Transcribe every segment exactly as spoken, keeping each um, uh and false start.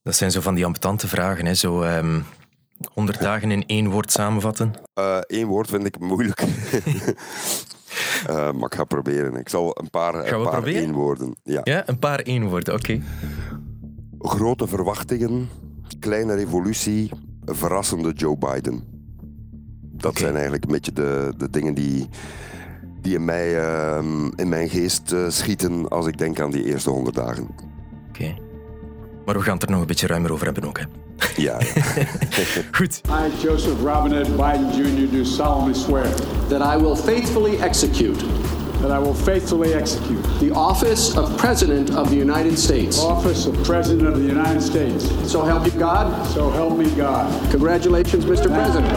Dat zijn zo van die ambetante vragen, hè? Zo um, honderd dagen in één woord samenvatten. Eén uh, woord vind ik moeilijk. uh, maar ik ga proberen. Ik zal een paar, een paar eenwoorden. Ja. ja, een paar eenwoorden, oké. Okay. Grote verwachtingen, kleine revolutie, verrassende Joe Biden. Dat okay. zijn eigenlijk een beetje de, de dingen die, die in, mij, uh, in mijn geest uh, schieten als ik denk aan die eerste honderd dagen. Oké. Okay. Maar we gaan het er nog een beetje ruimer over hebben ook, hè? Ja. ja. Goed. I, Joseph Robinette Biden Junior do solemnly swear that I will faithfully execute that I will faithfully execute the office of President of the United States. Office of President of the United States. So help you God. So help me God. Congratulations, mister President.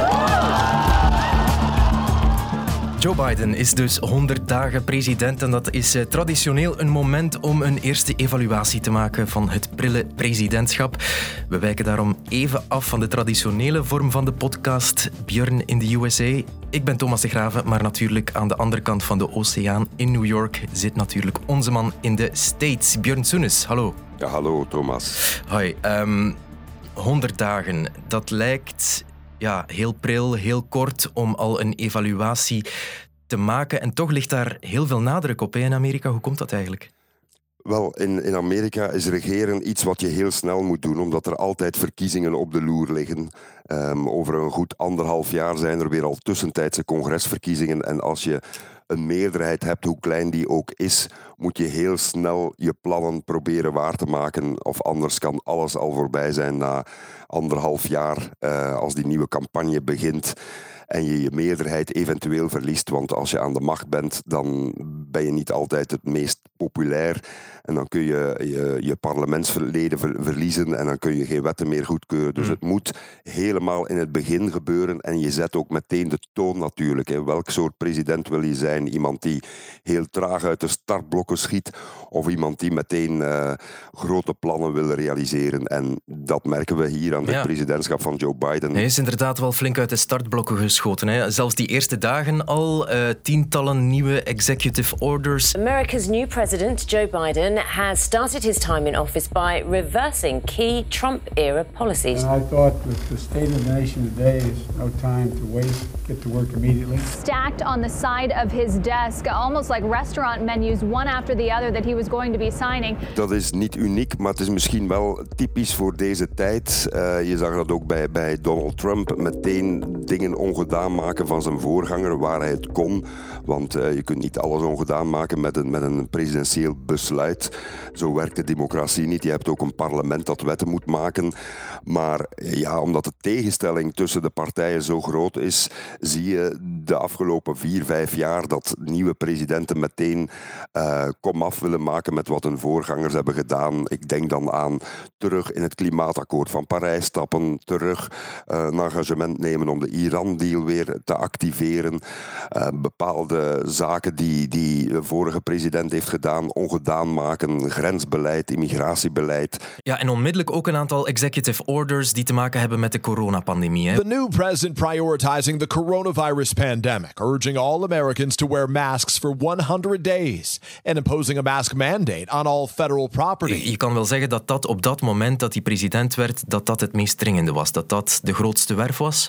Joe Biden is dus honderd dagen president en dat is uh, traditioneel een moment om een eerste evaluatie te maken van het prille presidentschap. We wijken daarom even af van de traditionele vorm van de podcast Björn in de U S A. Ik ben Thomas de Graven, maar natuurlijk aan de andere kant van de oceaan in New York zit natuurlijk onze man in de States, Björn Soenes. Hallo. Ja, hallo Thomas. Hoi. Um, honderd dagen, dat lijkt... Ja, heel pril, heel kort om al een evaluatie te maken. En toch ligt daar heel veel nadruk op hè, in Amerika. Hoe komt dat eigenlijk? Wel, in, in Amerika is regeren iets wat je heel snel moet doen, omdat er altijd verkiezingen op de loer liggen. Um, over een goed anderhalf jaar zijn er weer al tussentijdse congresverkiezingen. En als je een meerderheid hebt, hoe klein die ook is, moet je heel snel je plannen proberen waar te maken. Of anders kan alles al voorbij zijn na anderhalf jaar, uh, als die nieuwe campagne begint en je je meerderheid eventueel verliest. Want als je aan de macht bent, dan ben je niet altijd het meest populair. En dan kun je je, je parlementsleden ver, verliezen en dan kun je geen wetten meer goedkeuren. Dus mm. het moet helemaal in het begin gebeuren. En je zet ook meteen de toon natuurlijk. Hè. Welk soort president wil je zijn? Iemand die heel traag uit de startblokken schiet? Of iemand die meteen uh, grote plannen wil realiseren? En dat merken we hier aan het ja. presidentschap van Joe Biden. Hij is inderdaad wel flink uit de startblokken geschoten. Hè. Zelfs die eerste dagen al uh, tientallen nieuwe executive orders. America's new president, Joe Biden, has started his time in office by reversing key Trump-era policies. And I thought with the state of the nation today is no time to waste, get to work immediately. Stacked on the side of his desk, almost like restaurant menus, one after the other that he was going to be signing. Dat is niet uniek, maar het is misschien wel typisch voor deze tijd. Uh, je zag dat ook bij, bij Donald Trump, meteen dingen ongedaan maken van zijn voorganger waar hij het kon. Want uh, je kunt niet alles ongedaan maken met een, met een presidentieel besluit. Zo werkt de democratie niet. Je hebt ook een parlement dat wetten moet maken. Maar ja, omdat de tegenstelling tussen de partijen zo groot is, zie je de afgelopen vier, vijf jaar dat nieuwe presidenten meteen uh, komaf willen maken met wat hun voorgangers hebben gedaan. Ik denk dan aan terug in het klimaatakkoord van Parijs stappen, terug uh, een engagement nemen om de Iran-deal weer te activeren. Uh, bepaalde zaken die, die de vorige president heeft gedaan, ongedaan maken, grensbeleid, immigratiebeleid. Ja, en onmiddellijk ook een aantal executive orders die te maken hebben met de coronapandemie. Hè? The new president prioritizing the coronavirus pandemic, urging all Americans to wear masks for honderd days and imposing a mask mandate on all federal property. Je kan wel zeggen dat dat op dat moment dat hij president werd, dat dat het meest dringende was, dat dat de grootste werf was?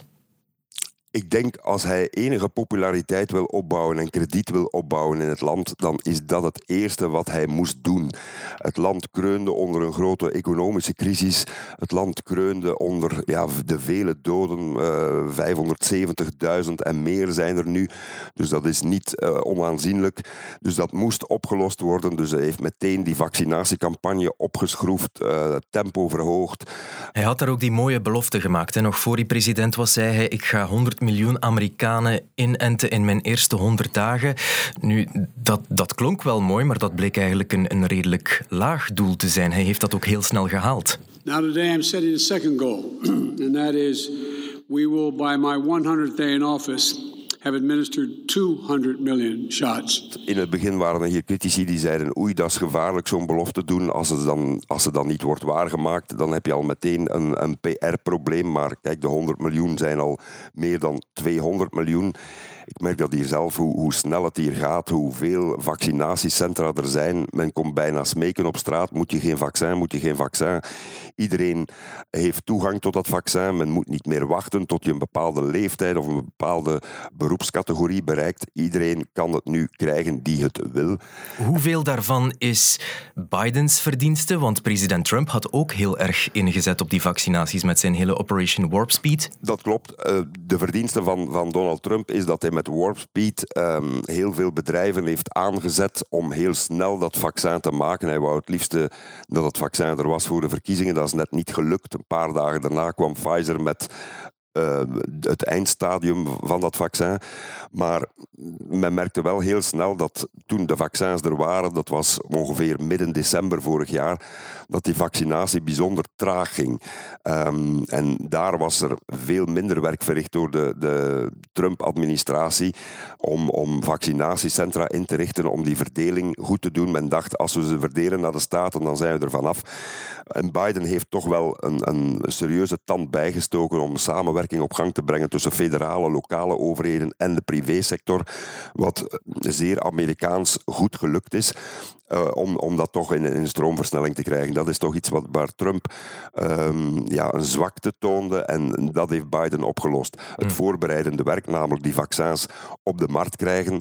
Ik denk als hij enige populariteit wil opbouwen en krediet wil opbouwen in het land, dan is dat het eerste wat hij moest doen. Het land kreunde onder een grote economische crisis. Het land kreunde onder ja, de vele doden. Uh, vijfhonderdzeventigduizend en meer zijn er nu. Dus dat is niet uh, onaanzienlijk. Dus dat moest opgelost worden. Dus hij heeft meteen die vaccinatiecampagne opgeschroefd, uh, het tempo verhoogd. Hij had daar ook die mooie belofte gemaakt. Hè. Nog voor hij president was, zei hij, ik ga honderd miljoen Amerikanen inenten in mijn eerste honderd dagen. Nu, dat, dat klonk wel mooi, maar dat bleek eigenlijk een, een redelijk laag doel te zijn. Hij heeft dat ook heel snel gehaald. Now today I'm setting a second goal, and that is we will by my honderdste day in office have administered tweehonderd million shots. In het begin waren er hier critici die zeiden oei, dat is gevaarlijk zo'n belofte doen. Als het dan, als het dan niet wordt waargemaakt, dan heb je al meteen een, een P R-probleem. Maar kijk, de honderd miljoen zijn al meer dan tweehonderd miljoen. Ik merk dat hier zelf, hoe, hoe snel het hier gaat, hoeveel vaccinatiecentra er zijn. Men komt bijna smeken op straat, moet je geen vaccin, moet je geen vaccin. Iedereen heeft toegang tot dat vaccin. Men moet niet meer wachten tot je een bepaalde leeftijd of een bepaalde beroepscategorie bereikt. Iedereen kan het nu krijgen die het wil. Hoeveel daarvan is Bidens verdienste? Want president Trump had ook heel erg ingezet op die vaccinaties met zijn hele Operation Warp Speed. Dat klopt. De verdienste van, van Donald Trump is dat hij met Warp Speed um, heel veel bedrijven heeft aangezet om heel snel dat vaccin te maken. Hij wou het liefste dat het vaccin er was voor de verkiezingen. Dat is net niet gelukt. Een paar dagen daarna kwam Pfizer met Uh, het eindstadium van dat vaccin. Maar men merkte wel heel snel dat toen de vaccins er waren, dat was ongeveer midden december vorig jaar, dat die vaccinatie bijzonder traag ging. Um, en daar was er veel minder werk verricht door de, de Trump-administratie om, om vaccinatiecentra in te richten, om die verdeling goed te doen. Men dacht, als we ze verdelen naar de staten, dan zijn we er vanaf. En Biden heeft toch wel een, een serieuze tand bijgestoken om samenwerking op gang te brengen tussen federale, lokale overheden en de privésector, wat zeer Amerikaans goed gelukt is. Uh, om, om dat toch in, in een stroomversnelling te krijgen. Dat is toch iets wat, waar Trump um, ja, een zwakte toonde en dat heeft Biden opgelost. Het voorbereidende werk, namelijk die vaccins op de markt krijgen.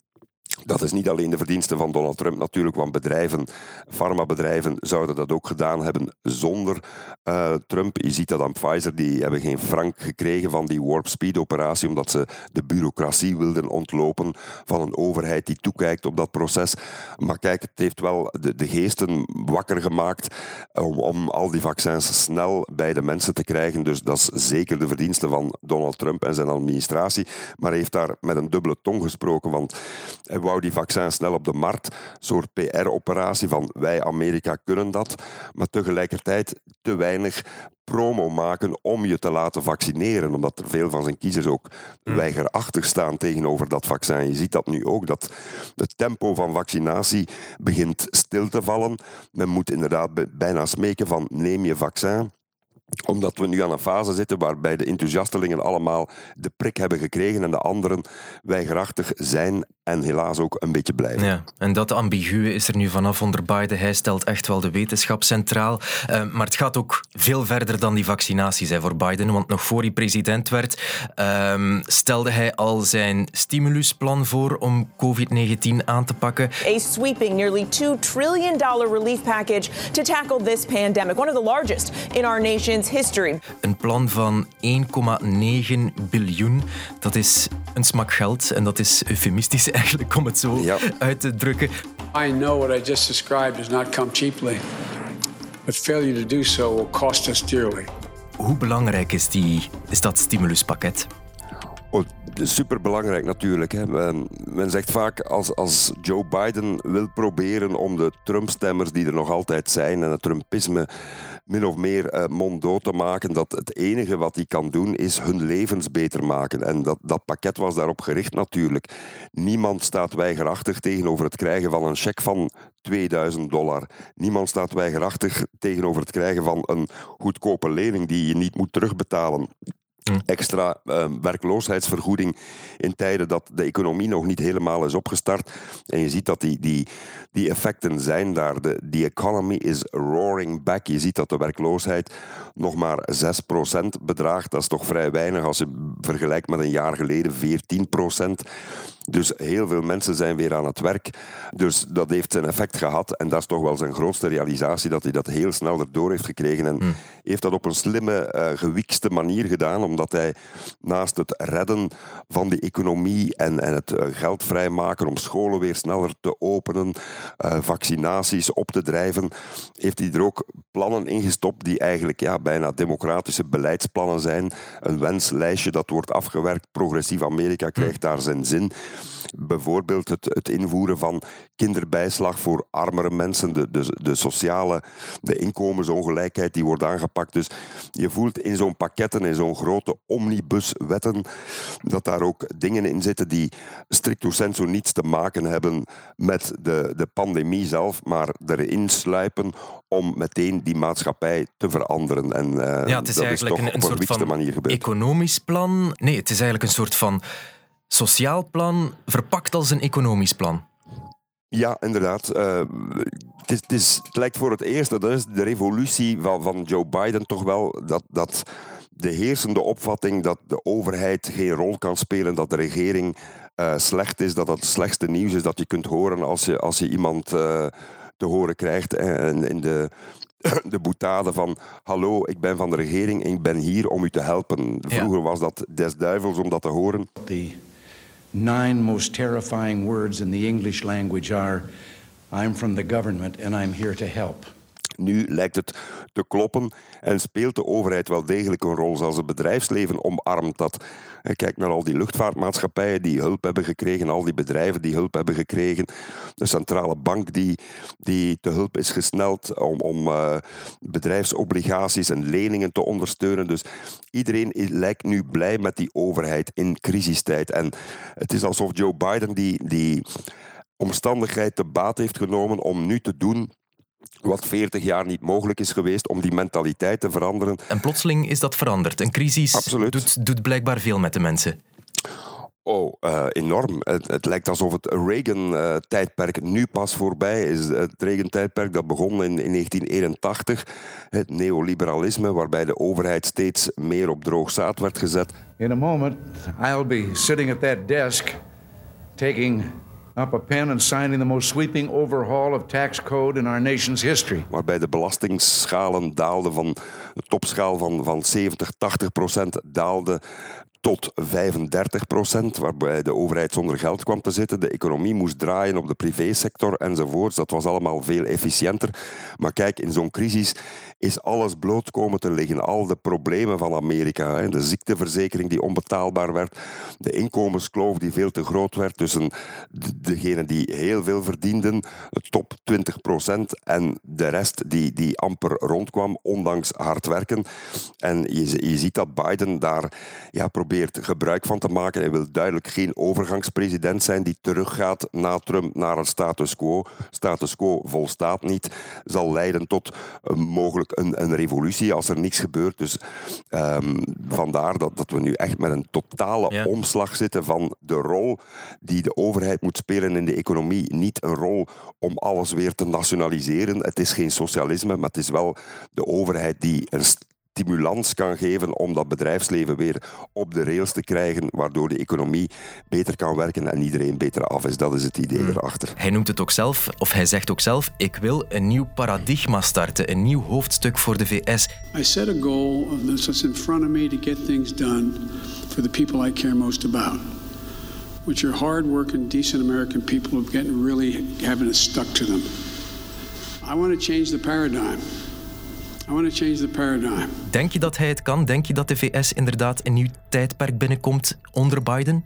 Dat is niet alleen de verdienste van Donald Trump natuurlijk, want bedrijven, farmabedrijven zouden dat ook gedaan hebben zonder uh, Trump. Je ziet dat aan Pfizer, die hebben geen frank gekregen van die Warp Speed operatie, omdat ze de bureaucratie wilden ontlopen van een overheid die toekijkt op dat proces. Maar kijk, het heeft wel de, de geesten wakker gemaakt om, om al die vaccins snel bij de mensen te krijgen. Dus dat is zeker de verdienste van Donald Trump en zijn administratie. Maar hij heeft daar met een dubbele tong gesproken, want hij wou die vaccins snel op de markt, een soort P R-operatie van wij Amerika kunnen dat, maar tegelijkertijd te weinig promo maken om je te laten vaccineren, omdat er veel van zijn kiezers ook weigerachtig staan tegenover dat vaccin. Je ziet dat nu ook, dat het tempo van vaccinatie begint stil te vallen. Men moet inderdaad bijna smeken van neem je vaccin, omdat we nu aan een fase zitten waarbij de enthousiastelingen allemaal de prik hebben gekregen en de anderen weigerachtig zijn en helaas ook een beetje blijven. Ja, en dat ambiguë is er nu vanaf onder Biden. Hij stelt echt wel de wetenschap centraal. Uh, maar het gaat ook veel verder dan die vaccinaties hè, voor Biden. Want nog voor hij president werd, uh, stelde hij al zijn stimulusplan voor om covid negentien aan te pakken. A sweeping nearly two trillion dollars relief package to tackle this pandemic, one of the largest in our nation's history. Een plan van één komma negen biljoen. Dat is een smak geld en dat is eufemistisch eigenlijk om het zo ja. uit te drukken. I know what I just described does not come cheaply, but failure to do so will cost us dearly. Hoe belangrijk is, die, is dat stimuluspakket? Oh, superbelangrijk natuurlijk. Hè. Men, men zegt vaak als, als Joe Biden wil proberen om de Trump-stemmers die er nog altijd zijn en het Trumpisme min of meer uh, monddood te maken, dat het enige wat hij kan doen is hun levens beter maken. En dat, dat pakket was daarop gericht natuurlijk. Niemand staat weigerachtig tegenover het krijgen van een cheque van tweeduizend dollar. Niemand staat weigerachtig tegenover het krijgen van een goedkope lening die je niet moet terugbetalen. Extra uh, werkloosheidsvergoeding in tijden dat de economie nog niet helemaal is opgestart. En je ziet dat die, die, die effecten zijn daar. De the economy is roaring back. Je ziet dat de werkloosheid nog maar zes procent bedraagt. Dat is toch vrij weinig als je vergelijkt met een jaar geleden veertien procent. Dus heel veel mensen zijn weer aan het werk. Dus dat heeft zijn effect gehad. En dat is toch wel zijn grootste realisatie, dat hij dat heel snel erdoor heeft gekregen. En mm. heeft dat op een slimme, uh, gewiekste manier gedaan, omdat hij naast het redden van die economie en, en het uh, geld vrijmaken om scholen weer sneller te openen, uh, vaccinaties op te drijven, heeft hij er ook plannen ingestopt die eigenlijk ja, bijna democratische beleidsplannen zijn. Een wenslijstje dat wordt afgewerkt. Progressief Amerika krijgt daar zijn zin. Bijvoorbeeld het, het invoeren van kinderbijslag voor armere mensen, de, de, de sociale, de inkomensongelijkheid die wordt aangepakt. Dus je voelt in zo'n pakketten, in zo'n grote omnibuswetten, dat daar ook dingen in zitten die stricto sensu niets te maken hebben met de, de pandemie zelf, maar erin sluipen om meteen die maatschappij te veranderen. En uh, ja, het is dat eigenlijk is toch een, een op een soort van manier gebeurd. Economisch plan. Nee, het is eigenlijk een soort van sociaal plan verpakt als een economisch plan. Ja, inderdaad. Uh, het, is, het, is, het lijkt voor het eerst, dat is de revolutie van, van Joe Biden toch wel, dat, dat de heersende opvatting dat de overheid geen rol kan spelen, dat de regering uh, slecht is, dat dat het slechtste nieuws is dat je kunt horen als je, als je iemand uh, te horen krijgt in, in de... de boetade van hallo, ik ben van de regering en ik ben hier om u te helpen. Vroeger ja. was dat des duivels om dat te horen. The nine most terrifying words in the English language are I'm from the government and I'm here to help. Nu lijkt het te kloppen en speelt de overheid wel degelijk een rol. Zelfs het bedrijfsleven omarmt dat. Kijk naar al die luchtvaartmaatschappijen die hulp hebben gekregen, al die bedrijven die hulp hebben gekregen. De centrale bank die, die te hulp is gesneld om, om uh, bedrijfsobligaties en leningen te ondersteunen. Dus iedereen lijkt nu blij met die overheid in crisistijd. En het is alsof Joe Biden die, die omstandigheid te baat heeft genomen om nu te doen wat veertig jaar niet mogelijk is geweest, om die mentaliteit te veranderen. En plotseling is dat veranderd. Een crisis doet, doet blijkbaar veel met de mensen. Oh, uh, enorm. Het, het lijkt alsof het Reagan-tijdperk uh, nu pas voorbij is. Het Reagan-tijdperk dat begon in, in negentien eenentachtig. Het neoliberalisme, waarbij de overheid steeds meer op droog zaad werd gezet. In a moment, I'll be sitting at that desk, taking up a pen and signing the most sweeping overhaul of tax code in our nation's history. Waarbij de belastingschalen daalden van de topschaal van, van zeventig, tachtig procent daalde tot vijfendertig procent, waarbij de overheid zonder geld kwam te zitten. De economie moest draaien op de privésector enzovoorts. Dat was allemaal veel efficiënter. Maar kijk, in zo'n crisis is alles bloot komen te liggen. Al de problemen van Amerika. De ziekteverzekering die onbetaalbaar werd. De inkomenskloof die veel te groot werd tussen degenen die heel veel verdienden, het top twintig procent, en de rest die, die amper rondkwam, ondanks hard werken. En je, je ziet dat Biden daar ja, probeert gebruik van te maken. Hij wil duidelijk geen overgangspresident zijn die teruggaat na Trump naar een status quo. Status quo volstaat niet. Zal leiden tot uh, mogelijk een, een revolutie als er niks gebeurt. Dus um, vandaar dat, dat we nu echt met een totale ja. omslag zitten van de rol die de overheid moet spelen in de economie. Niet een rol om alles weer te nationaliseren. Het is geen socialisme, maar het is wel de overheid die een stimulans kan geven om dat bedrijfsleven weer op de rails te krijgen, waardoor de economie beter kan werken en iedereen beter af is. Dat is het idee hmm. erachter. Hij noemt het ook zelf, of hij zegt ook zelf, ik wil een nieuw paradigma starten, een nieuw hoofdstuk voor de V S. I set a goal of this what's in front of me to get things done for the people I care most about, which are hard-working, decent American people who getting really having it stuck to them. I want to change the paradigm. I want to change the paradigm. Denk je dat hij het kan? Denk je dat de V S inderdaad een nieuw tijdperk binnenkomt onder Biden?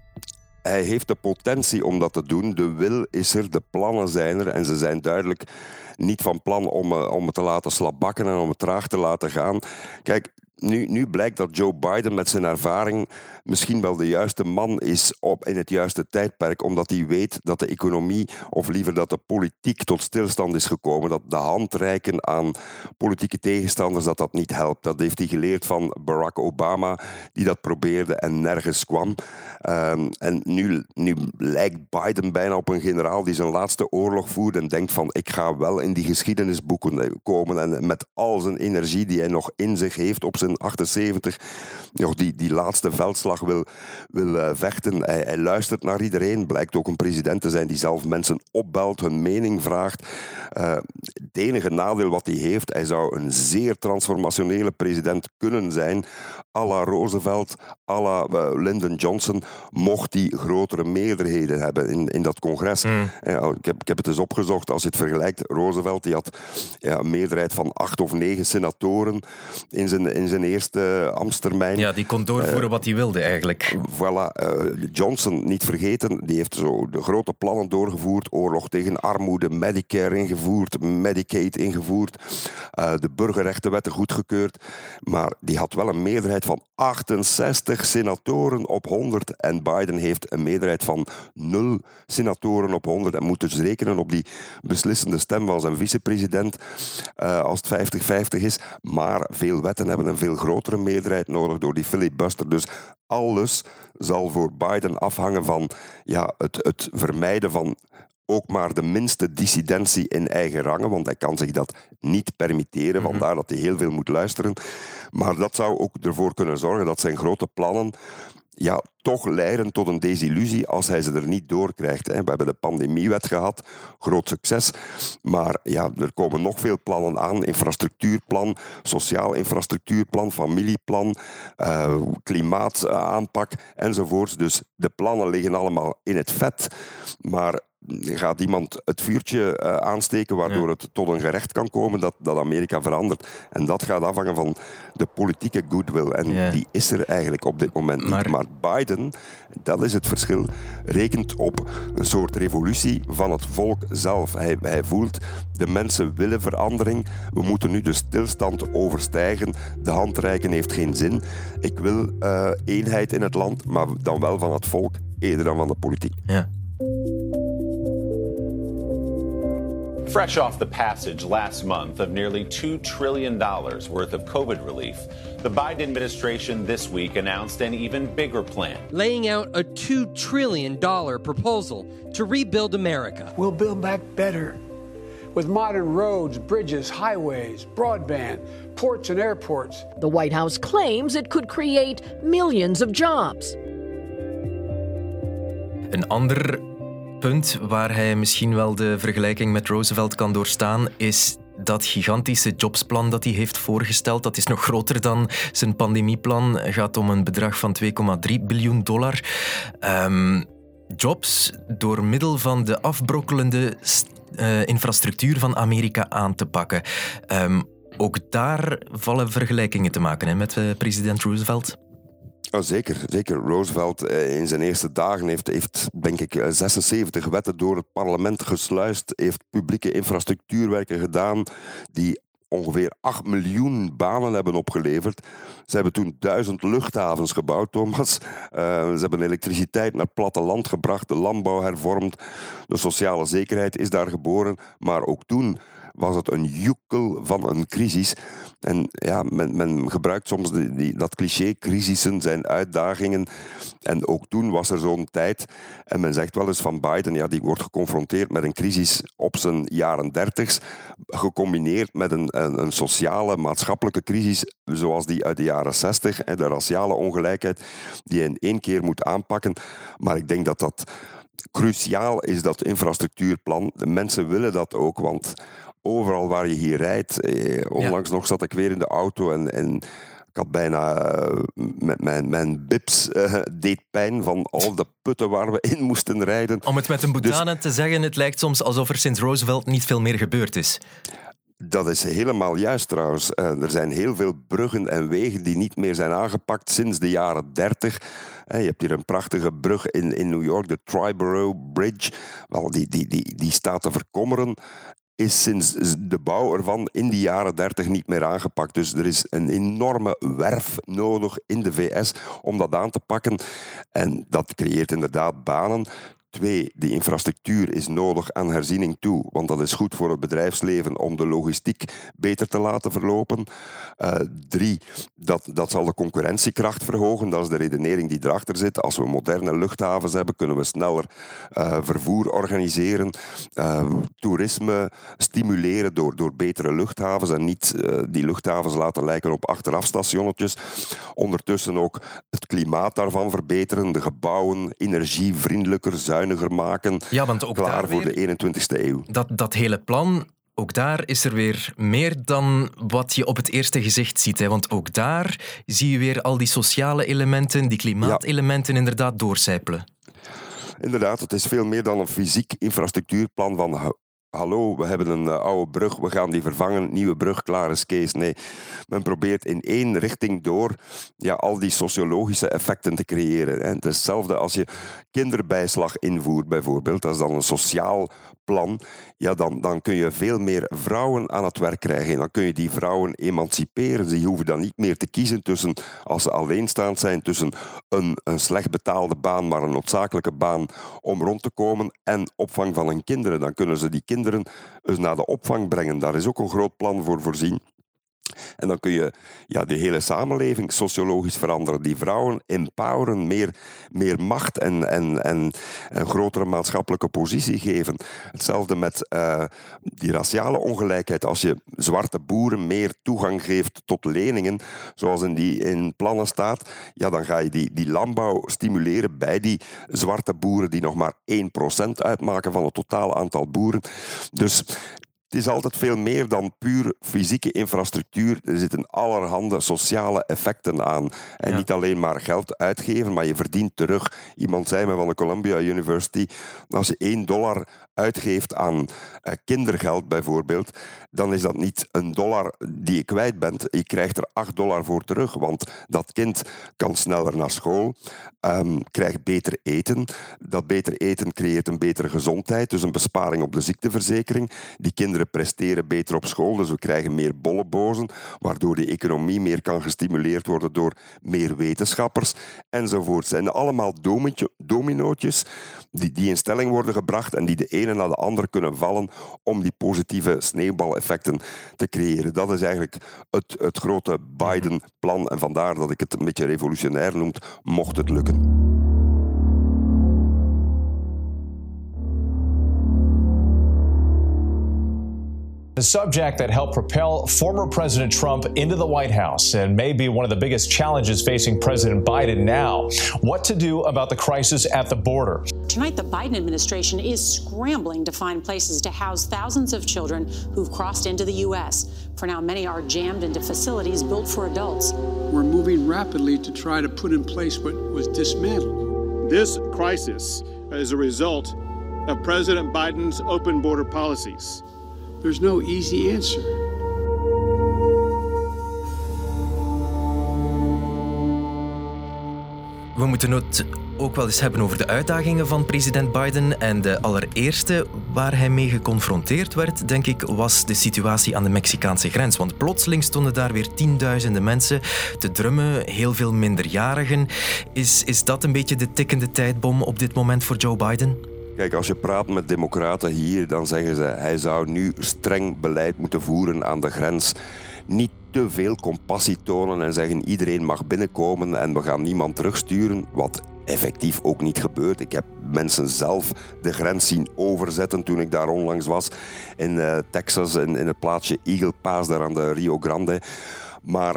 Hij heeft de potentie om dat te doen. De wil is er, de plannen zijn er en ze zijn duidelijk niet van plan om, om het te laten slapbakken en om het traag te laten gaan. Kijk, nu, nu blijkt dat Joe Biden met zijn ervaring misschien wel de juiste man is op, in het juiste tijdperk, omdat hij weet dat de economie, of liever dat de politiek tot stilstand is gekomen, dat de hand reiken aan politieke tegenstanders, dat dat niet helpt. Dat heeft hij geleerd van Barack Obama, die dat probeerde en nergens kwam. Um, en nu, nu lijkt Biden bijna op een generaal die zijn laatste oorlog voert en denkt van ik ga wel in die geschiedenisboeken komen en met al zijn energie die hij nog in zich heeft op zijn achtenzeventig, nog die, die laatste veldslag wil, wil uh, vechten. Hij, hij luistert naar iedereen. Blijkt ook een president te zijn die zelf mensen opbelt, hun mening vraagt. Uh, het enige nadeel wat hij heeft, hij zou een zeer transformationele president kunnen zijn, à la Roosevelt, à la uh, Lyndon Johnson, mocht hij grotere meerderheden hebben in, in dat congres. Mm. Uh, ik, heb, ik heb het eens opgezocht. Als je het vergelijkt, Roosevelt die had ja, een meerderheid van acht of negen senatoren in zijn, in zijn eerste ambtstermijn. Ja, die kon doorvoeren uh, wat hij wilde eigenlijk. Voilà. Uh, Johnson, niet vergeten, die heeft zo de grote plannen doorgevoerd. Oorlog tegen armoede, Medicare ingevoerd, Medicaid ingevoerd, uh, de burgerrechtenwetten goedgekeurd. Maar die had wel een meerderheid van achtenzestig senatoren op honderd en Biden heeft een meerderheid van nul senatoren op honderd en moet dus rekenen op die beslissende stem van zijn vicepresident uh, als het vijftig vijftig is. Maar veel wetten hebben een veel grotere meerderheid nodig door die filibuster. Dus alles zal voor Biden afhangen van ja, het, het vermijden van ook maar de minste dissidentie in eigen rangen, want hij kan zich dat niet permitteren, vandaar dat hij heel veel moet luisteren. Maar dat zou ook ervoor kunnen zorgen dat zijn grote plannen ja, toch leiden tot een desillusie als hij ze er niet doorkrijgt. We hebben de pandemiewet gehad, groot succes, maar ja, er komen nog veel plannen aan, infrastructuurplan, sociaal infrastructuurplan, familieplan, uh, klimaataanpak enzovoorts. Dus de plannen liggen allemaal in het vet, maar gaat iemand het vuurtje uh, aansteken waardoor ja. het tot een gerecht kan komen dat, dat Amerika verandert. En dat gaat afhangen van de politieke goodwill. En ja. die is er eigenlijk op dit moment maar... niet. Maar Biden, dat is het verschil, rekent op een soort revolutie van het volk zelf. Hij, hij voelt, de mensen willen verandering. We moeten nu de stilstand overstijgen. De hand reiken heeft geen zin. Ik wil uh, eenheid in het land, maar dan wel van het volk, eerder dan van de politiek. Ja. Fresh off the passage last month of nearly two trillion dollars worth of COVID relief, the Biden administration this week announced an even bigger plan. Laying out a two trillion dollars proposal to rebuild America. We'll build back better with modern roads, bridges, highways, broadband, ports and airports. The White House claims it could create millions of jobs. Een ander punt waar hij misschien wel de vergelijking met Roosevelt kan doorstaan, is dat gigantische jobsplan dat hij heeft voorgesteld. Dat is nog groter dan zijn pandemieplan. Het gaat om een bedrag van twee komma drie biljoen dollar. Um, jobs door middel van de afbrokkelende uh, infrastructuur van Amerika aan te pakken. Um, ook daar vallen vergelijkingen te maken hè, met uh, president Roosevelt. Oh, zeker, zeker. Roosevelt eh, in zijn eerste dagen heeft, heeft denk ik, zesenzeventig wetten door het parlement gesluist, heeft publieke infrastructuurwerken gedaan die ongeveer acht miljoen banen hebben opgeleverd. Ze hebben toen duizend luchthavens gebouwd, Thomas. Uh, ze hebben elektriciteit naar het platteland gebracht, de landbouw hervormd, de sociale zekerheid is daar geboren, maar ook toen was het een joekel van een crisis. En ja, men, men gebruikt soms die, die, dat cliché, crisissen zijn uitdagingen. En ook toen was er zo'n tijd. En men zegt wel eens van Biden, ja, die wordt geconfronteerd met een crisis op zijn jaren dertig's, gecombineerd met een, een, een sociale, maatschappelijke crisis, zoals die uit de jaren zestig, de raciale ongelijkheid, die hij in één keer moet aanpakken. Maar ik denk dat dat cruciaal is, dat infrastructuurplan. De mensen willen dat ook, want overal waar je hier rijdt, eh, onlangs ja. nog zat ik weer in de auto en, en ik had bijna uh, met mijn, mijn bips uh, deed pijn van al de putten waar we in moesten rijden. Om het met een boetane dus, te zeggen, het lijkt soms alsof er sinds Roosevelt niet veel meer gebeurd is. Dat is helemaal juist trouwens. Uh, er zijn heel veel bruggen en wegen die niet meer zijn aangepakt sinds de jaren dertig. Uh, je hebt hier een prachtige brug in, in New York, de Triborough Bridge. Wel, die, die, die, die staat te verkommeren. Is sinds de bouw ervan in die jaren dertig niet meer aangepakt. Dus er is een enorme werf nodig in de V S om dat aan te pakken. En dat creëert inderdaad banen. Twee, die infrastructuur is nodig aan herziening toe, want dat is goed voor het bedrijfsleven om de logistiek beter te laten verlopen. Uh, drie, dat, dat zal de concurrentiekracht verhogen. Dat is de redenering die erachter zit. Als we moderne luchthavens hebben, kunnen we sneller uh, vervoer organiseren, uh, toerisme stimuleren door, door betere luchthavens en niet uh, die luchthavens laten lijken op achterafstationnetjes. Ondertussen ook het klimaat daarvan verbeteren, de gebouwen energievriendelijker, zuiniger maken, ja, want ook klaar daar voor weer, de eenentwintigste eeuw. Dat, dat hele plan, ook daar is er weer meer dan wat je op het eerste gezicht ziet. Hè? Want ook daar zie je weer al die sociale elementen, die klimaatelementen ja. inderdaad doorcijpelen. Inderdaad, het is veel meer dan een fysiek infrastructuurplan van hallo, we hebben een uh, oude brug, we gaan die vervangen, nieuwe brug, klaar is Kees. Nee, men probeert in één richting door ja, al die sociologische effecten te creëren. Hè. Het is hetzelfde als je kinderbijslag invoert bijvoorbeeld. Dat is dan een sociaal plan, ja, dan, dan kun je veel meer vrouwen aan het werk krijgen. Dan kun je die vrouwen emanciperen. Ze hoeven dan niet meer te kiezen tussen, als ze alleenstaand zijn, tussen een, een slecht betaalde baan, maar een noodzakelijke baan om rond te komen en opvang van hun kinderen. Dan kunnen ze die kinderen eens naar de opvang brengen. Daar is ook een groot plan voor voorzien. En dan kun je ja, de hele samenleving sociologisch veranderen. Die vrouwen empoweren, meer, meer macht en, en, en een grotere maatschappelijke positie geven. Hetzelfde met uh, die raciale ongelijkheid. Als je zwarte boeren meer toegang geeft tot leningen, zoals in die in plannen staat, ja, dan ga je die, die landbouw stimuleren bij die zwarte boeren die nog maar één procent uitmaken van het totale aantal boeren. Dus het is altijd veel meer dan puur fysieke infrastructuur. Er zitten allerhande sociale effecten aan. En ja. niet alleen maar geld uitgeven, maar je verdient terug. Iemand zei me van de Columbia University, als je één dollar uitgeeft aan uh, kindergeld bijvoorbeeld, dan is dat niet een dollar die je kwijt bent. Je krijgt er acht dollar voor terug, want dat kind kan sneller naar school, um, krijgt beter eten. Dat beter eten creëert een betere gezondheid, dus een besparing op de ziekteverzekering. Die kinderen presteren beter op school, dus we krijgen meer bollebozen, waardoor de economie meer kan gestimuleerd worden door meer wetenschappers, enzovoort. Het zijn allemaal dominootjes die, die in stelling worden gebracht en die de ene na de andere kunnen vallen om die positieve sneeuwbaleffecten te creëren. Dat is eigenlijk het, het grote Biden-plan en vandaar dat ik het een beetje revolutionair noem, mocht het lukken. The subject that helped propel former President Trump into the White House and may be one of the biggest challenges facing President Biden now. What to do about the crisis at the border. Tonight, the Biden administration is scrambling to find places to house thousands of children who've crossed into the U S. For now, many are jammed into facilities built for adults. We're moving rapidly to try to put in place what was dismantled. This crisis is a result of President Biden's open border policies. There's no easy answer. We moeten het ook wel eens hebben over de uitdagingen van president Biden. En de allereerste waar hij mee geconfronteerd werd, denk ik, was de situatie aan de Mexicaanse grens. Want plotseling stonden daar weer tienduizenden mensen te drummen, heel veel minderjarigen. Is, is dat een beetje de tikkende tijdbom op dit moment voor Joe Biden? Kijk, als je praat met democraten hier, dan zeggen ze hij zou nu streng beleid moeten voeren aan de grens. Niet te veel compassie tonen en zeggen iedereen mag binnenkomen en we gaan niemand terugsturen, wat effectief ook niet gebeurt. Ik heb mensen zelf de grens zien overzetten toen ik daar onlangs was in uh, Texas, in, in het plaatsje Eagle Pass, daar aan de Rio Grande. Maar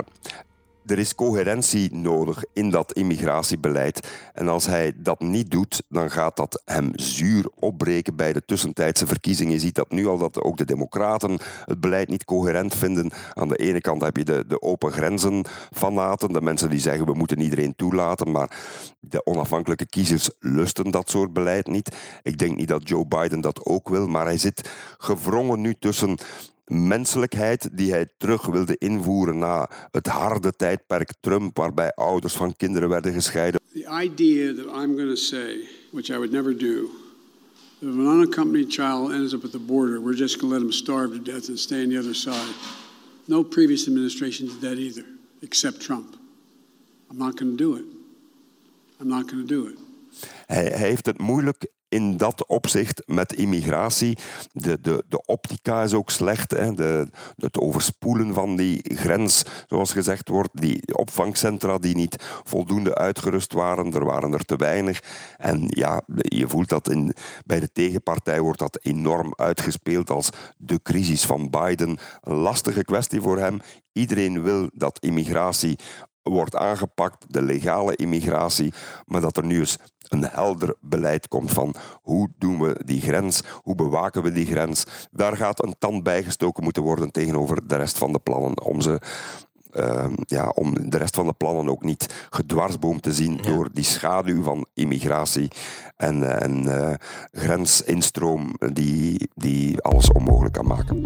er is coherentie nodig in dat immigratiebeleid. En als hij dat niet doet, dan gaat dat hem zuur opbreken bij de tussentijdse verkiezingen. Je ziet dat nu al, dat ook de democraten het beleid niet coherent vinden. Aan de ene kant heb je de, de open grenzen fanaten, de mensen die zeggen we moeten iedereen toelaten, maar de onafhankelijke kiezers lusten dat soort beleid niet. Ik denk niet dat Joe Biden dat ook wil, maar hij zit gewrongen nu tussen menselijkheid die hij terug wilde invoeren na het harde tijdperk Trump, waarbij ouders van kinderen werden gescheiden. The idea that I'm going to say, which I would never do, that if an unaccompanied child ends up at the border, we're just going to let him starve to death and stay on the other side. No previous administration did that either, except Trump. I'm not going to do it. I'm not going to do it. Hij, hij heeft het moeilijk in dat opzicht met immigratie. De, de, de optica is ook slecht. Hè. De, het overspoelen van die grens, zoals gezegd wordt. Die opvangcentra die niet voldoende uitgerust waren. Er waren er te weinig. En ja, je voelt dat in, bij de tegenpartij wordt dat enorm uitgespeeld als de crisis van Biden. Een lastige kwestie voor hem. Iedereen wil dat immigratie wordt aangepakt, de legale immigratie, maar dat er nu eens een helder beleid komt van hoe doen we die grens, hoe bewaken we die grens. Daar gaat een tand bijgestoken moeten worden tegenover de rest van de plannen om ze Uh, ja, om de rest van de plannen ook niet gedwarsboomd te zien ja. door die schaduw van immigratie en, en uh, grensinstroom die, die alles onmogelijk kan maken.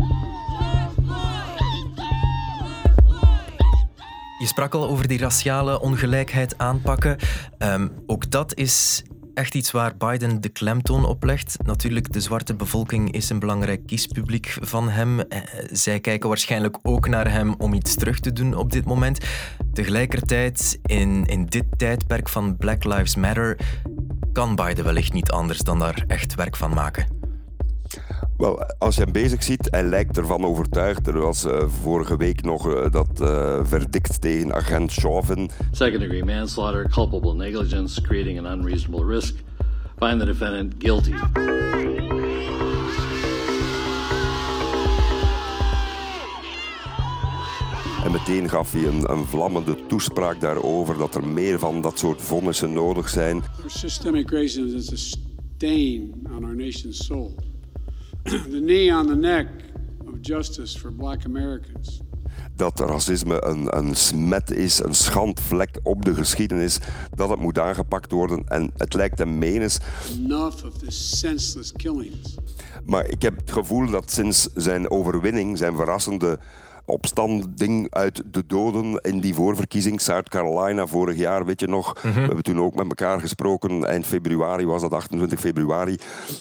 Je sprak al over die raciale ongelijkheid aanpakken. Um, ook dat is echt iets waar Biden de klemtoon op legt. Natuurlijk, de zwarte bevolking is een belangrijk kiespubliek van hem. Zij kijken waarschijnlijk ook naar hem om iets terug te doen op dit moment. Tegelijkertijd, in, in dit tijdperk van Black Lives Matter, kan Biden wellicht niet anders dan daar echt werk van maken. Wel, als je hem bezig ziet, hij lijkt ervan overtuigd. Er was uh, vorige week nog uh, dat uh, verdict tegen agent Chauvin. Second degree manslaughter, culpable negligence, creating an unreasonable risk. Find the defendant guilty. En meteen gaf hij een, een vlammende toespraak daarover dat er meer van dat soort vonnissen nodig zijn. Systemic racism is a stain on our nation's soul. The knee on the neck of justice for black Americans. Dat racisme een, een smet is, een schandvlek op de geschiedenis, dat het moet aangepakt worden. En het lijkt hem menens. Enough of this senseless killings. Maar ik heb het gevoel dat sinds zijn overwinning, zijn verrassende opstanding uit de doden in die voorverkiezing, South Carolina vorig jaar, weet je nog, mm-hmm. We hebben toen ook met elkaar gesproken, eind februari was dat, achtentwintig februari.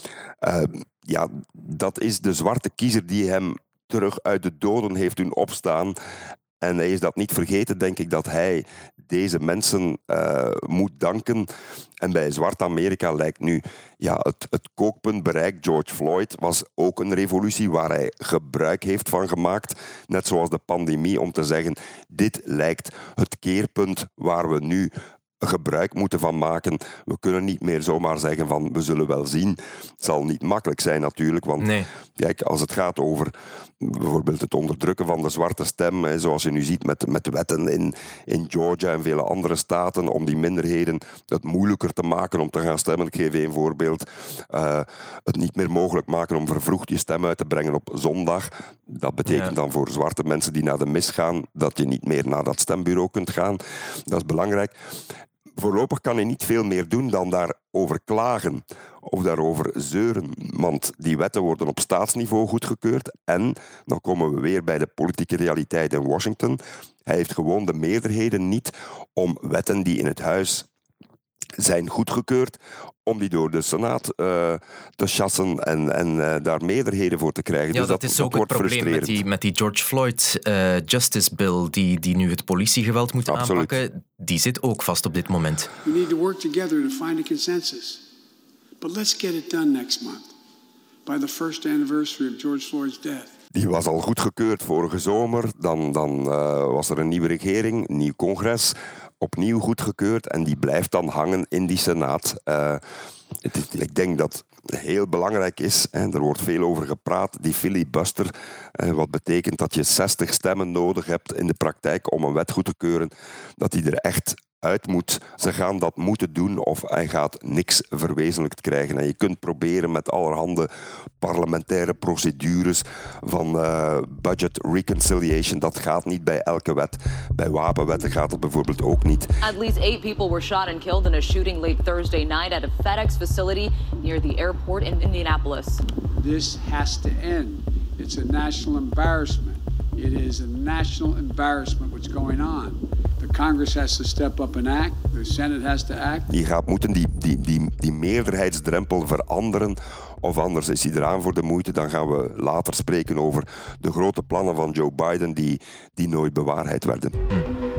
Uh, ja, dat is de zwarte kiezer die hem terug uit de doden heeft doen opstaan. En hij is dat niet vergeten, denk ik, dat hij deze mensen uh, moet danken. En bij zwart Amerika lijkt nu ja, het, het kookpunt bereikt. George Floyd was ook een revolutie waar hij gebruik heeft van gemaakt. Net zoals de pandemie, om te zeggen, dit lijkt het keerpunt waar we nu gebruik moeten van maken. We kunnen niet meer zomaar zeggen van we zullen wel zien. Het zal niet makkelijk zijn natuurlijk, want nee. Kijk, als het gaat over bijvoorbeeld het onderdrukken van de zwarte stem, hè, zoals je nu ziet met, met wetten in, in Georgia en vele andere staten, om die minderheden het moeilijker te maken om te gaan stemmen. Ik geef één voorbeeld. Uh, het niet meer mogelijk maken om vervroegd je stem uit te brengen op zondag. Dat betekent ja. dan voor zwarte mensen die naar de mis gaan, dat je niet meer naar dat stembureau kunt gaan. Dat is belangrijk. Voorlopig kan hij niet veel meer doen dan daarover klagen of daarover zeuren. Want die wetten worden op staatsniveau goedgekeurd. En dan komen we weer bij de politieke realiteit in Washington. Hij heeft gewoon de meerderheden niet om wetten die in het huis zijn goedgekeurd, om die door de Senaat uh, te chassen en, en uh, daar meerderheden voor te krijgen. Ja, dus dat, dat is ook dat het probleem met die, met die George Floyd uh, Justice Bill, die, die nu het politiegeweld moet Absoluut. aanpakken. Die zit ook vast op dit moment. We need to work together to find a consensus. But let's get it done next month, by the first anniversary of George Floyd's death. Die was al goedgekeurd vorige zomer. Dan, dan uh, was er een nieuwe regering, een nieuw congres, opnieuw goedgekeurd. En die blijft dan hangen in die Senaat. Uh, het, ik denk dat het heel belangrijk is, en er wordt veel over gepraat, die filibuster. Uh, wat betekent dat je zestig stemmen nodig hebt in de praktijk om een wet goed te keuren. Dat die er echt uit moet. Ze gaan dat moeten doen of hij gaat niks verwezenlijkt krijgen. En je kunt proberen met allerhande parlementaire procedures van uh, budget reconciliation. Dat gaat niet bij elke wet. Bij wapenwetten gaat het bijvoorbeeld ook niet. At least eight people were shot and killed in a shooting late Thursday night at a FedEx facility near the airport in Indianapolis. This has to end. It's a national embarrassment. It is a national embarrassment what's going on. The Congress has to step up and act. The Senate has to act. Die gaat moeten die, die, die, die meerderheidsdrempel veranderen. Of anders is hij eraan voor de moeite. Dan gaan we later spreken over de grote plannen van Joe Biden die, die nooit bewaarheid werden. Hm.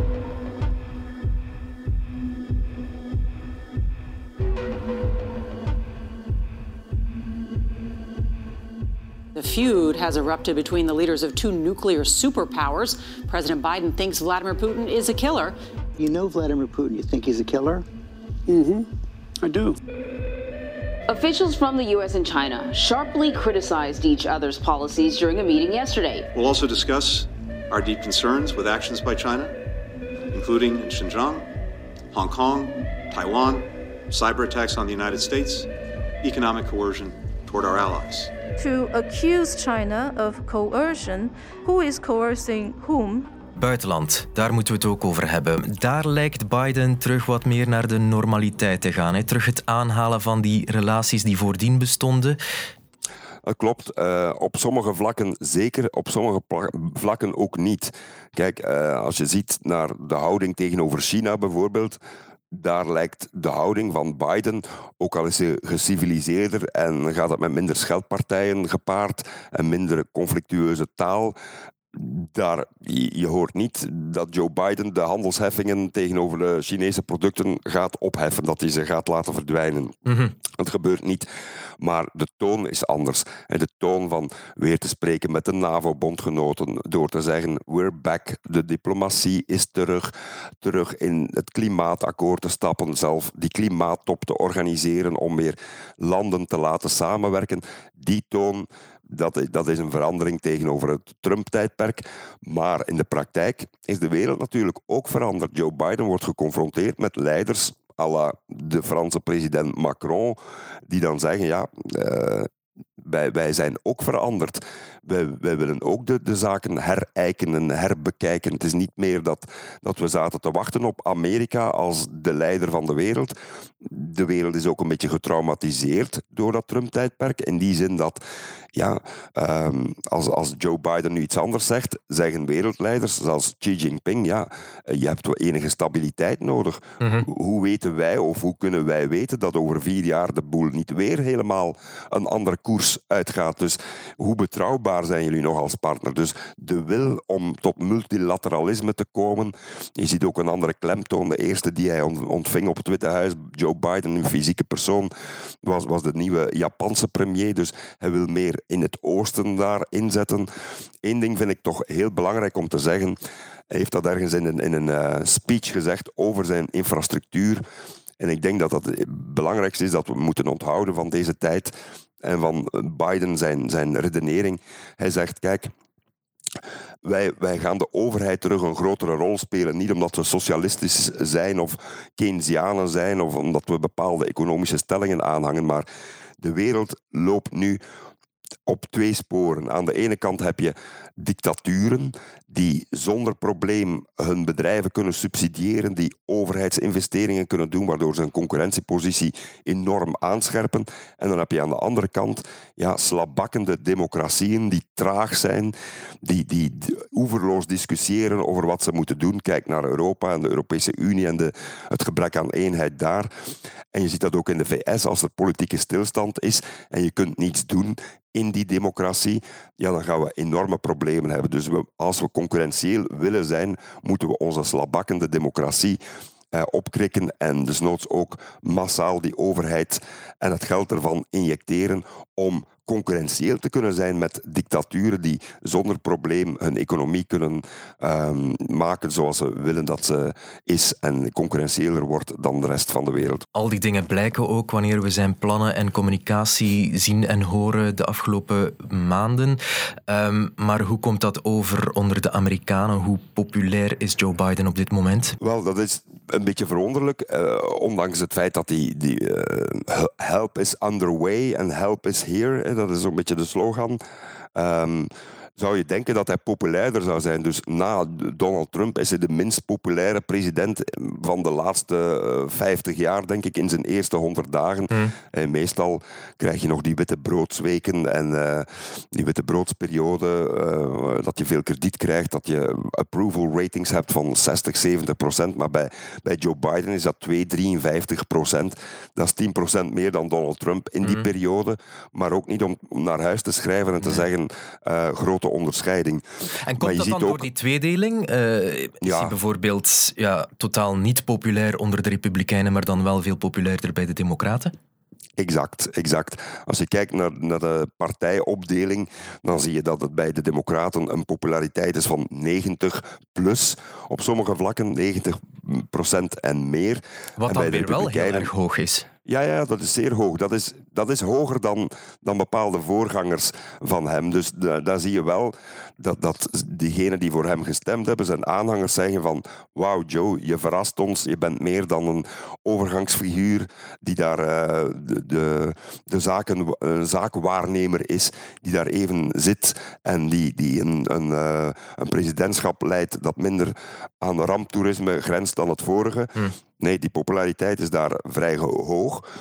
The feud has erupted between the leaders of two nuclear superpowers. President Biden thinks Vladimir Putin is a killer. You know Vladimir Putin. You think he's a killer? Mm-hmm. I do. Officials from the U S and China sharply criticized each other's policies during a meeting yesterday. We'll also discuss our deep concerns with actions by China, including in Xinjiang, Hong Kong, Taiwan, cyber attacks on the United States, economic coercion toward our allies. To accuse China of coercion, who is coercing whom? Buitenland, daar moeten we het ook over hebben. Daar lijkt Biden terug wat meer naar de normaliteit te gaan. Hè? Terug het aanhalen van die relaties die voordien bestonden. Dat klopt. Uh, op sommige vlakken zeker, op sommige pla- vlakken ook niet. Kijk, uh, als je ziet naar de houding tegenover China bijvoorbeeld, daar lijkt de houding van Biden, ook al is hij geciviliseerder en gaat het met minder scheldpartijen gepaard en minder conflictueuze taal. Daar, je hoort niet dat Joe Biden de handelsheffingen tegenover de Chinese producten gaat opheffen, dat hij ze gaat laten verdwijnen. Mm-hmm. Dat gebeurt niet. Maar de toon is anders. En de toon van weer te spreken met de NAVO-bondgenoten, door te zeggen, we're back, de diplomatie is terug, terug in het klimaatakkoord te stappen, zelf die klimaattop te organiseren om weer landen te laten samenwerken. Die toon, Dat, dat is een verandering tegenover het Trump-tijdperk. Maar in de praktijk is de wereld natuurlijk ook veranderd. Joe Biden wordt geconfronteerd met leiders à la de Franse president Macron, die dan zeggen, ja, uh, wij, wij zijn ook veranderd. Wij, wij willen ook de, de zaken herijkenen, herbekijken. Het is niet meer dat, dat we zaten te wachten op Amerika als de leider van de wereld. De wereld is ook een beetje getraumatiseerd door dat Trump-tijdperk. In die zin dat, ja, um, als, als Joe Biden nu iets anders zegt, zeggen wereldleiders zoals Xi Jinping, ja, je hebt enige stabiliteit nodig. Mm-hmm. Hoe weten wij of hoe kunnen wij weten dat over vier jaar de boel niet weer helemaal een andere koers uitgaat? Dus hoe betrouwbaar zijn jullie nog als partner? Dus de wil om tot multilateralisme te komen. Je ziet ook een andere klemtoon. De eerste die hij ontving op het Witte Huis, Joe Biden, een fysieke persoon, was, was de nieuwe Japanse premier. Dus hij wil meer in het oosten daar inzetten. Eén ding vind ik toch heel belangrijk om te zeggen. Hij heeft dat ergens in een, in een uh, speech gezegd over zijn infrastructuur. En ik denk dat dat het belangrijkste is dat we moeten onthouden van deze tijd en van Biden zijn, zijn redenering. Hij zegt, kijk, wij, wij gaan de overheid terug een grotere rol spelen. Niet omdat we socialistisch zijn of Keynesianen zijn of omdat we bepaalde economische stellingen aanhangen, maar de wereld loopt nu op twee sporen. Aan de ene kant heb je dictaturen die zonder probleem hun bedrijven kunnen subsidiëren, die overheidsinvesteringen kunnen doen, waardoor ze hun concurrentiepositie enorm aanscherpen. En dan heb je aan de andere kant ja, slabakkende democratieën die traag zijn, die, die oeverloos discussiëren over wat ze moeten doen. Kijk naar Europa en de Europese Unie en de, het gebrek aan eenheid daar. En je ziet dat ook in de V S als er politieke stilstand is en je kunt niets doen in die democratie, ja, dan gaan we enorme problemen hebben. Dus we, als we concurrentieel willen zijn, moeten we onze slabakkende democratie eh, opkrikken en desnoods ook massaal die overheid en het geld ervan injecteren om concurrentieel te kunnen zijn met dictaturen die zonder probleem hun economie kunnen um, maken zoals ze willen dat ze is en concurrentieeler wordt dan de rest van de wereld. Al die dingen blijken ook wanneer we zijn plannen en communicatie zien en horen de afgelopen maanden. Um, maar hoe komt dat over onder de Amerikanen? Hoe populair is Joe Biden op dit moment? Wel, dat is een beetje verwonderlijk, uh, ondanks het feit dat die, die uh, help is underway en help is here, dat is zo'n beetje de slogan. Um, zou je denken dat hij populairder zou zijn. Dus na Donald Trump is hij de minst populaire president van de laatste vijftig jaar, denk ik, in zijn eerste honderd dagen. Mm. En meestal krijg je nog die witte broodsweken en uh, die witte broodsperiode, uh, dat je veel krediet krijgt, dat je approval ratings hebt van zestig, zeventig procent. Maar bij, bij Joe Biden is dat twee, drieënvijftig procent. Dat is tien procent meer dan Donald Trump in die mm. periode. Maar ook niet om naar huis te schrijven en te mm. zeggen uh, grote onderscheiding. En komt dat dan ook door die tweedeling? Uh, is ja. hij bijvoorbeeld ja, totaal niet populair onder de Republikeinen, maar dan wel veel populairder bij de Democraten? Exact, exact. Als je kijkt naar, naar de partijopdeling, dan zie je dat het bij de Democraten een populariteit is van negentig plus. Op sommige vlakken negentig procent en meer. Wat en dan bij weer wel heel erg hoog is. Ja, ja, dat is zeer hoog. Dat is, dat is hoger dan, dan bepaalde voorgangers van hem. Dus da, daar zie je wel dat, dat diegenen die voor hem gestemd hebben, zijn aanhangers zeggen van wauw Joe, je verrast ons, je bent meer dan een overgangsfiguur die daar uh, de, de, de zaken, een zaakwaarnemer is, die daar even zit en die, die een, een, uh, een presidentschap leidt dat minder aan ramptoerisme grenst dan het vorige. Hm. Nee, die populariteit is daar vrij hoog.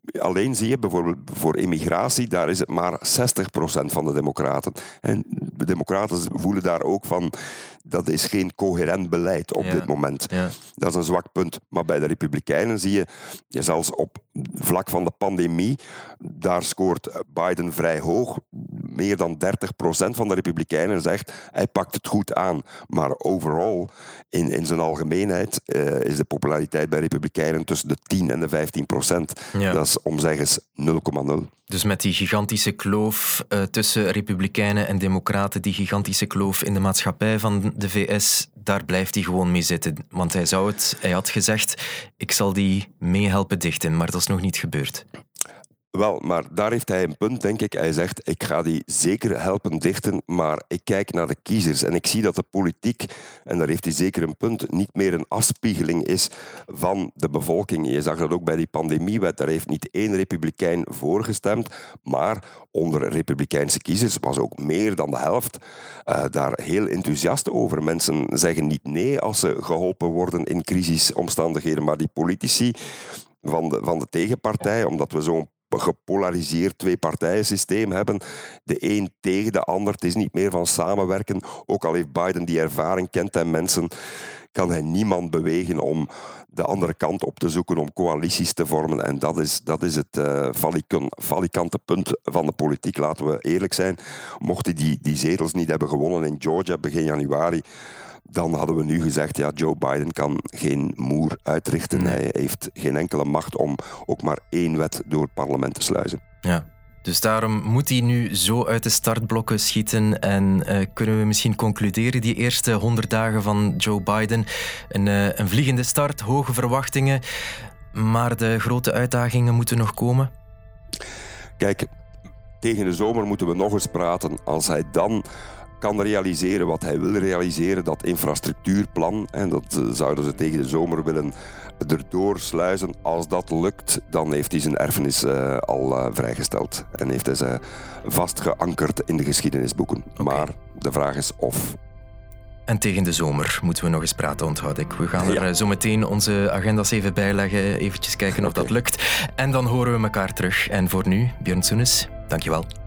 alleen zie je bijvoorbeeld voor immigratie, daar is het maar zestig procent van de democraten. En de democraten voelen daar ook van, dat is geen coherent beleid op ja. dit moment. Ja. Dat is een zwak punt. Maar bij de Republikeinen zie je, je zelfs op vlak van de pandemie, daar scoort Biden vrij hoog. Meer dan dertig procent van de Republikeinen zegt, hij pakt het goed aan. Maar overal, in, in zijn algemeenheid, uh, is de populariteit bij Republikeinen tussen de tien en de vijftien procent. Ja. Dat is omzeggens nul komma nul. Dus met die gigantische kloof uh, tussen Republikeinen en Democraten, die gigantische kloof in de maatschappij van de V S, daar blijft hij gewoon mee zitten. Want hij zou het, hij had gezegd, ik zal die meehelpen dichten, maar dat is nog niet gebeurd. Wel, maar daar heeft hij een punt, denk ik. Hij zegt, ik ga die zeker helpen dichten, maar ik kijk naar de kiezers en ik zie dat de politiek, en daar heeft hij zeker een punt, niet meer een afspiegeling is van de bevolking. Je zag dat ook bij die pandemiewet. Daar heeft niet één republikein voor gestemd, maar onder republikeinse kiezers was ook meer dan de helft uh, daar heel enthousiast over. Mensen zeggen niet nee als ze geholpen worden in crisisomstandigheden, maar die politici van de, van de tegenpartij, omdat we zo'n gepolariseerd twee-partijen-systeem hebben. De een tegen de ander. Het is niet meer van samenwerken. Ook al heeft Biden die ervaring, kent hij mensen, kan hij niemand bewegen om de andere kant op te zoeken, om coalities te vormen. En dat is, dat is het uh, valikante punt van de politiek. Laten we eerlijk zijn. Mocht hij die, die zetels niet hebben gewonnen in Georgia begin januari, dan hadden we nu gezegd, ja, Joe Biden kan geen moer uitrichten. Nee. Hij heeft geen enkele macht om ook maar één wet door het parlement te sluizen. Ja, dus daarom moet hij nu zo uit de startblokken schieten. En uh, kunnen we misschien concluderen, die eerste honderd dagen van Joe Biden, een, uh, een vliegende start, hoge verwachtingen, maar de grote uitdagingen moeten nog komen? Kijk, tegen de zomer moeten we nog eens praten. Als hij dan kan realiseren wat hij wil realiseren, dat infrastructuurplan, en dat zouden ze tegen de zomer willen erdoor sluizen. Als dat lukt, dan heeft hij zijn erfenis uh, al uh, vrijgesteld en heeft hij ze vast geankerd in de geschiedenisboeken. Okay. Maar de vraag is of. En tegen de zomer moeten we nog eens praten, onthoud ik. We gaan er ja. zo meteen onze agenda's even bijleggen, eventjes kijken of okay. dat lukt. En dan horen we elkaar terug. En voor nu, Björn Soenes, dankjewel.